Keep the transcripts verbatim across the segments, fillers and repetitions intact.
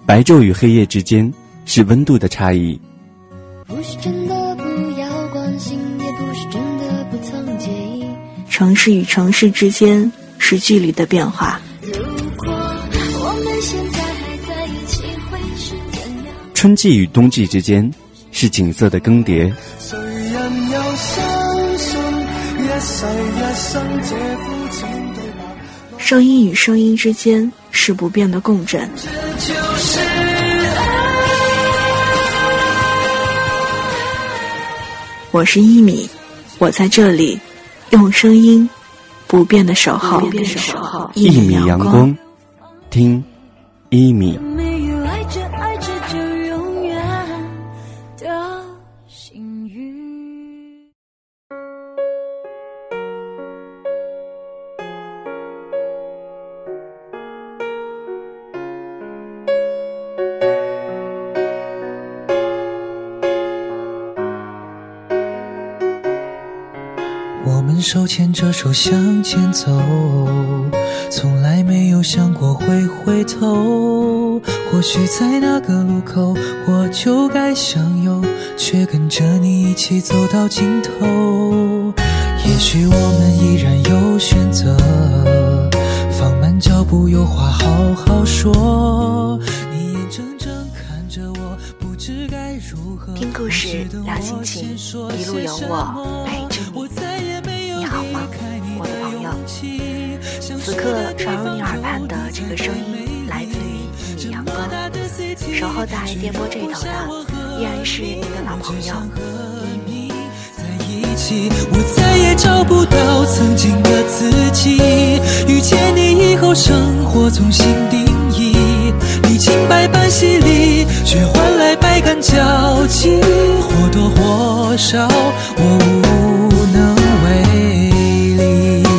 白昼与黑夜之间是温度的差异。 不是真的不要关心，也不是真的不曾介意。 城市与城市之间是距离的变化。 如果我们现在还在一起，会是怎样？ 春季与冬季之间是景色的更迭。 谁人又相信一世一生这肤浅对白？ 声音与声音之间是不变的共振。 这就是我是一米，我在这里用声音不变的守候一米阳光，听一米。 没有爱着爱着就永远的幸运。 我们手牵着手向前走，从来没有想过会回头。或许在那个路口我就该向右，却跟着你一起走到尽头。也许我们依然有选择，放慢脚步有话好好说。你眼睁睁看着我不知该如何听故事聊心情，一路有我陪着你。你好吗，我的朋友？此刻传入你耳畔的这个声音来自于一米阳光，守候在电波这头的依然是你的老朋友一米。 我再也找不到曾经的自己，遇见你以后生活重新定义，历经百般洗礼，却换来百感交集，或多或少我无能为力。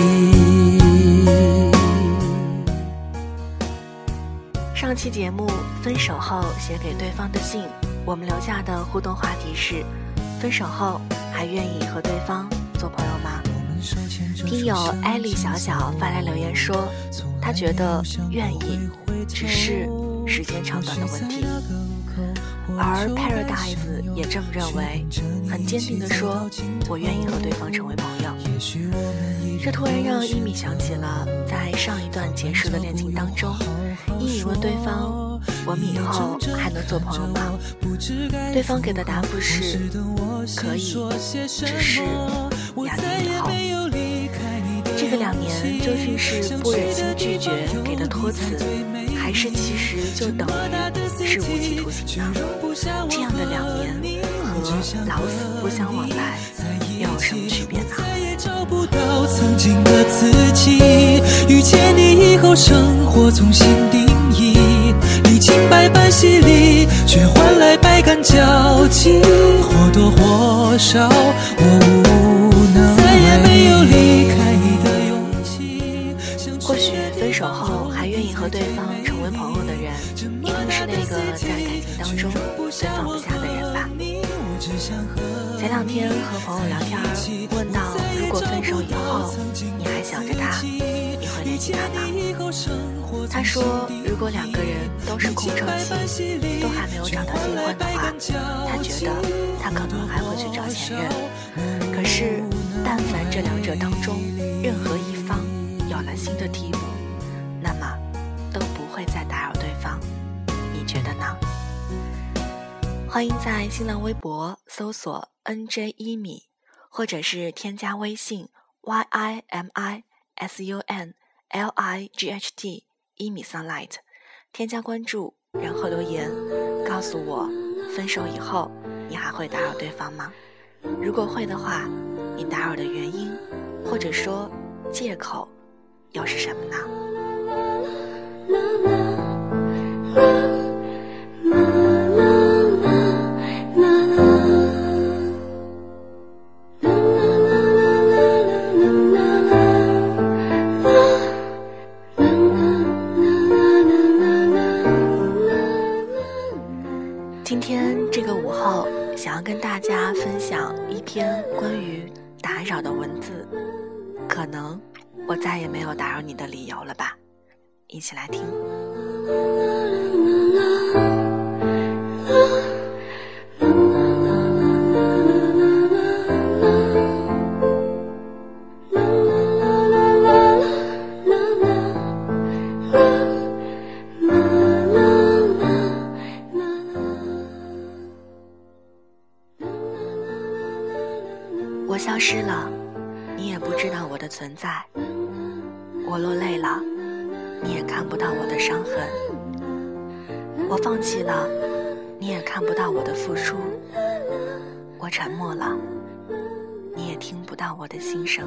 上期节目分手后写给对方的信，我们留下的互动话题是：分手后还愿意和对方做朋友吗？听友艾丽小小发来留言说，她觉得愿意，只是时间长短的问题。而 Paradise 也这么认为，很坚定地说，我愿意和对方成为朋友。这突然让一米想起了在上一段结束的恋情当中，一米问对方，我们以后还能做朋友吗？对方给的答复是可以，只是两年以后。这个两年究竟是不忍心拒绝给的托词，还是其实就等于是无期徒刑呢？这样的两年和老死不相往来又有什么区别呢？ 找不到曾经的自己，遇见你以后生活重新定义，历经百般洗礼，却换来百感交集，或多或少我无能为力，再也没有离开你的勇气。 或许分手后还愿意和对方成为朋友的人，一定是那个在感情当中最放不下的人吧。前两天和朋友聊天，问到如果分手以后你还想着他，你会联系他吗？他说如果两个人都是空窗期，都还没有找到新欢的话，他觉得他可能还会去找前任。可是但凡这两者当中任何一方有了新的题目，那么都不会再打扰对方，你觉得呢？欢迎在新浪微博搜索 N J 一米，或者是添加微信 Y I M I S U N L I G H T 一米 Sunlight， 添加关注，然后留言告诉我，分手以后你还会打扰对方吗？如果会的话，你打扰的原因或者说借口又是什么呢？今天这个午后，想要跟大家分享一篇关于打扰的文字，可能我再也没有打扰你的理由了吧，一起来听。 消失了，你也不知道我的存在。我落泪了，你也看不到我的伤痕。我放弃了，你也看不到我的付出。我沉默了，你也听不到我的心声。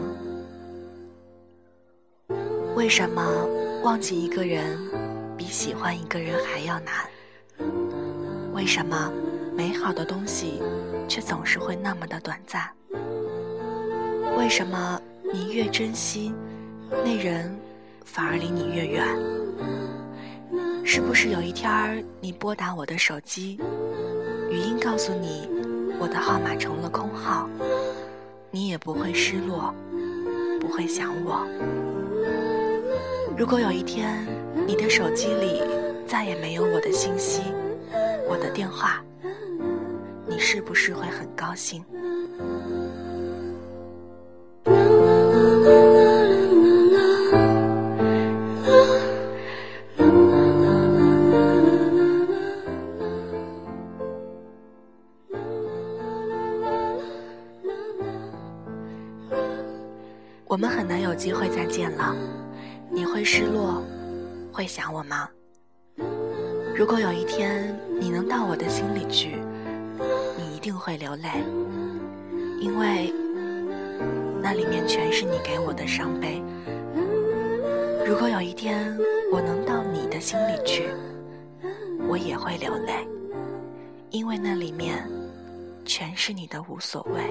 为什么忘记一个人比喜欢一个人还要难？为什么美好的东西却总是会那么的短暂？为什么你越珍惜，那人反而离你越远？是不是有一天你拨打我的手机，语音告诉你我的号码成了空号，你也不会失落，不会想我？如果有一天你的手机里再也没有我的信息，我的电话，你是不是会很高兴？我们很难有机会再见了，你会失落，会想我吗？如果有一天你能到我的心里去，你一定会流泪，因为那里面全是你给我的伤悲。如果有一天我能到你的心里去，我也会流泪，因为那里面全是你的无所谓。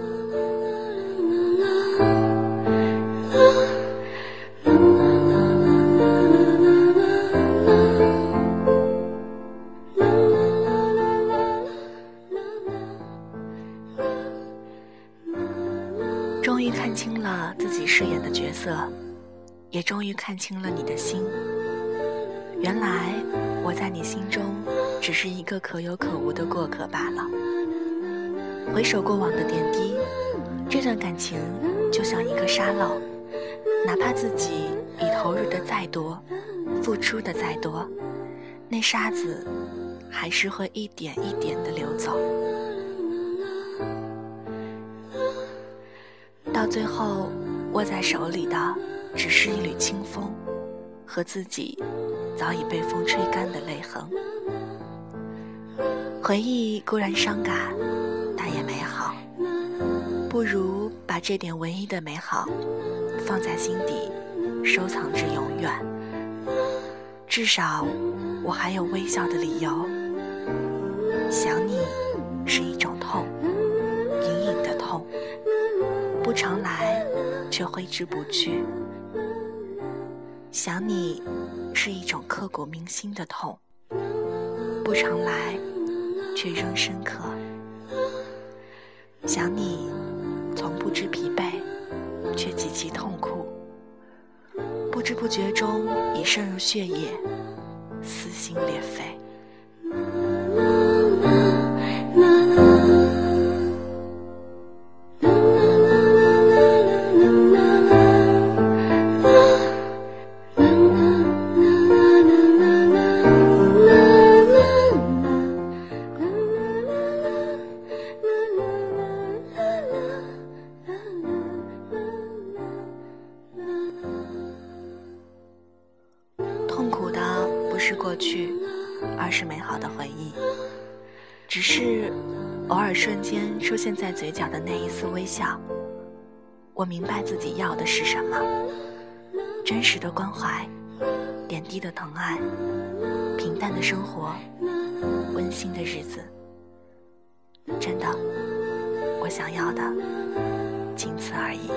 终于看清了自己饰演的角色，也终于看清了你的心。原来我在你心中只是一个可有可无的过客罢了。回首过往的点滴，这段感情就像一个沙漏，哪怕自己已投入的再多，付出的再多，那沙子还是会一点一点地流走。到最后握在手里的只是一缕清风和自己早已被风吹干的泪痕。回忆固然伤感，但也美好，不如把这点唯一的美好放在心底，收藏至永远。至少我还有微笑的理由。想你是一种痛，隐隐的痛，不常来却挥之不去。想你是一种刻骨铭心的痛，不常来却仍深刻。想你从不知疲惫却极其痛苦，不知不觉中已渗入血液，撕心裂肺。痛苦的不是过去，而是美好的回忆。只是偶尔瞬间出现在嘴角的那一丝微笑，我明白自己要的是什么：真实的关怀，点滴的疼爱，平淡的生活，温馨的日子。真的，我想要的仅此而已。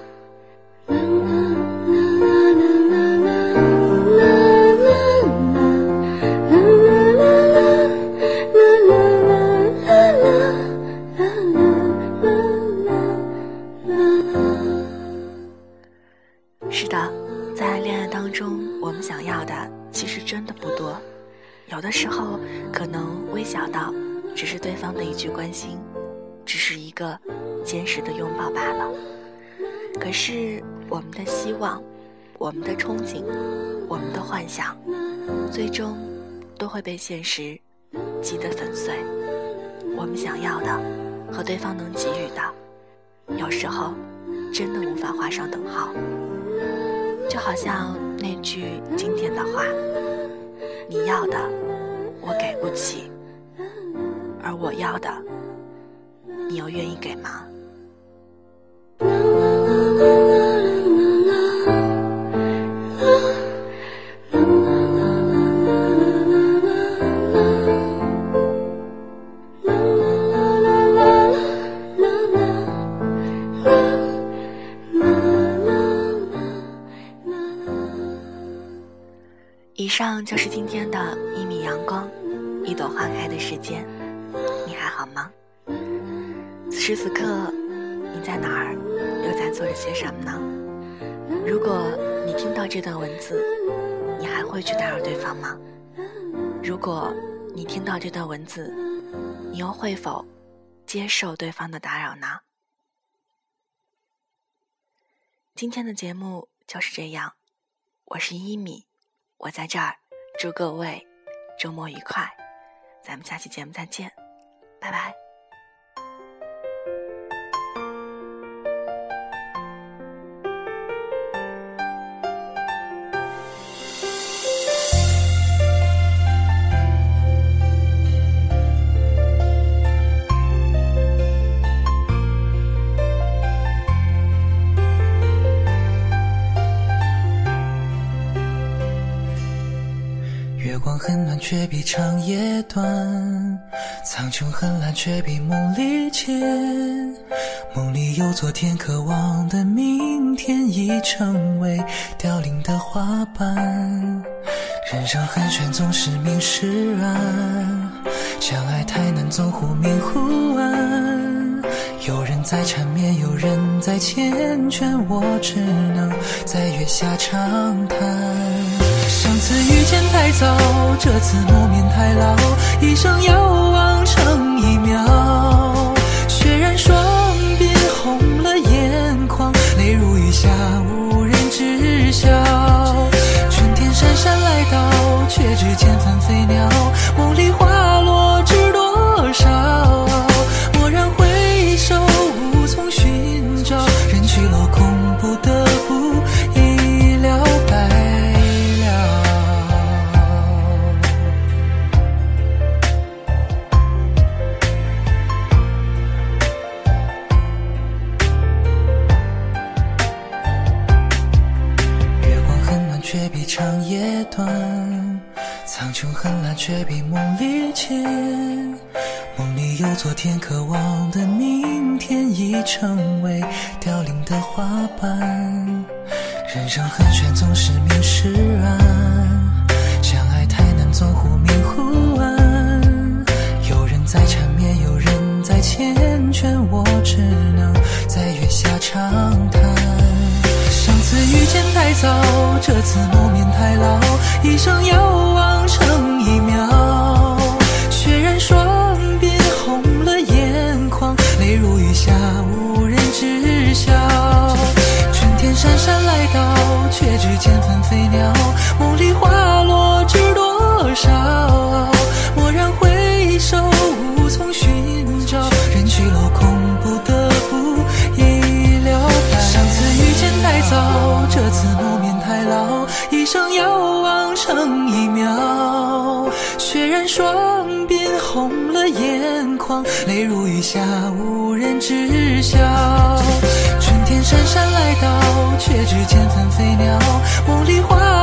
是的，在恋爱当中，我们想要的其实真的不多，有的时候可能微小到只是对方的一句关心，只是一个坚实的拥抱罢了。可是我们的希望，我们的憧憬，我们的幻想，最终都会被现实击得粉碎。我们想要的和对方能给予的有时候真的无法画上等号。就好像那句经典的话，你要的我给不起，而我要的你又愿意给吗？以上就是今天的一米阳光，一朵花开的时间，你还好吗？此时此刻你在哪儿，又在做着些什么呢？如果你听到这段文字，你还会去打扰对方吗？如果你听到这段文字，你又会否接受对方的打扰呢？今天的节目就是这样，我是一米，我在这儿祝各位周末愉快，咱们下期节目再见，拜拜。 月光很暖却比长夜短，苍穹很蓝却比梦里浅，梦里有昨天渴望的明天已成为凋零的花瓣，人生很悬总是明是暗，相爱太难总忽明忽暗，有人在缠绵有人在缱绻，我只能在月下长叹，上次遇见太早，这次谋面太牢，一生遥望成一秒，血染双鬓红了眼眶，泪如雨下无人知晓，春天姗姗来到，却只见纷飞鸟，梦里花落知多少，蓦然回首无从寻找，人去楼空不得不已了白。却比长夜短，苍穹很蓝却比梦里浅，梦里有昨天渴望的明天已成为凋零的花瓣，人生很悬总是明是暗，相爱太难总忽明忽暗，有人在缠绵有人在缱绻，我只能在月下长叹，上次遇见太早，这次谋面太牢，一生遥望成一秒，血染双鬓红了眼眶，泪如雨下无人知晓，春天姗姗来到，却只见纷飞鸟，梦里花落知多少，蓦然回首无从寻找，人去楼空不得不已了白，上次遇见太早，这次谋面太牢，一生遥望成一秒，血染双鬓红了眼眶，泪如雨下无人知晓，春天姗姗来到，却只见纷飞鸟，梦里花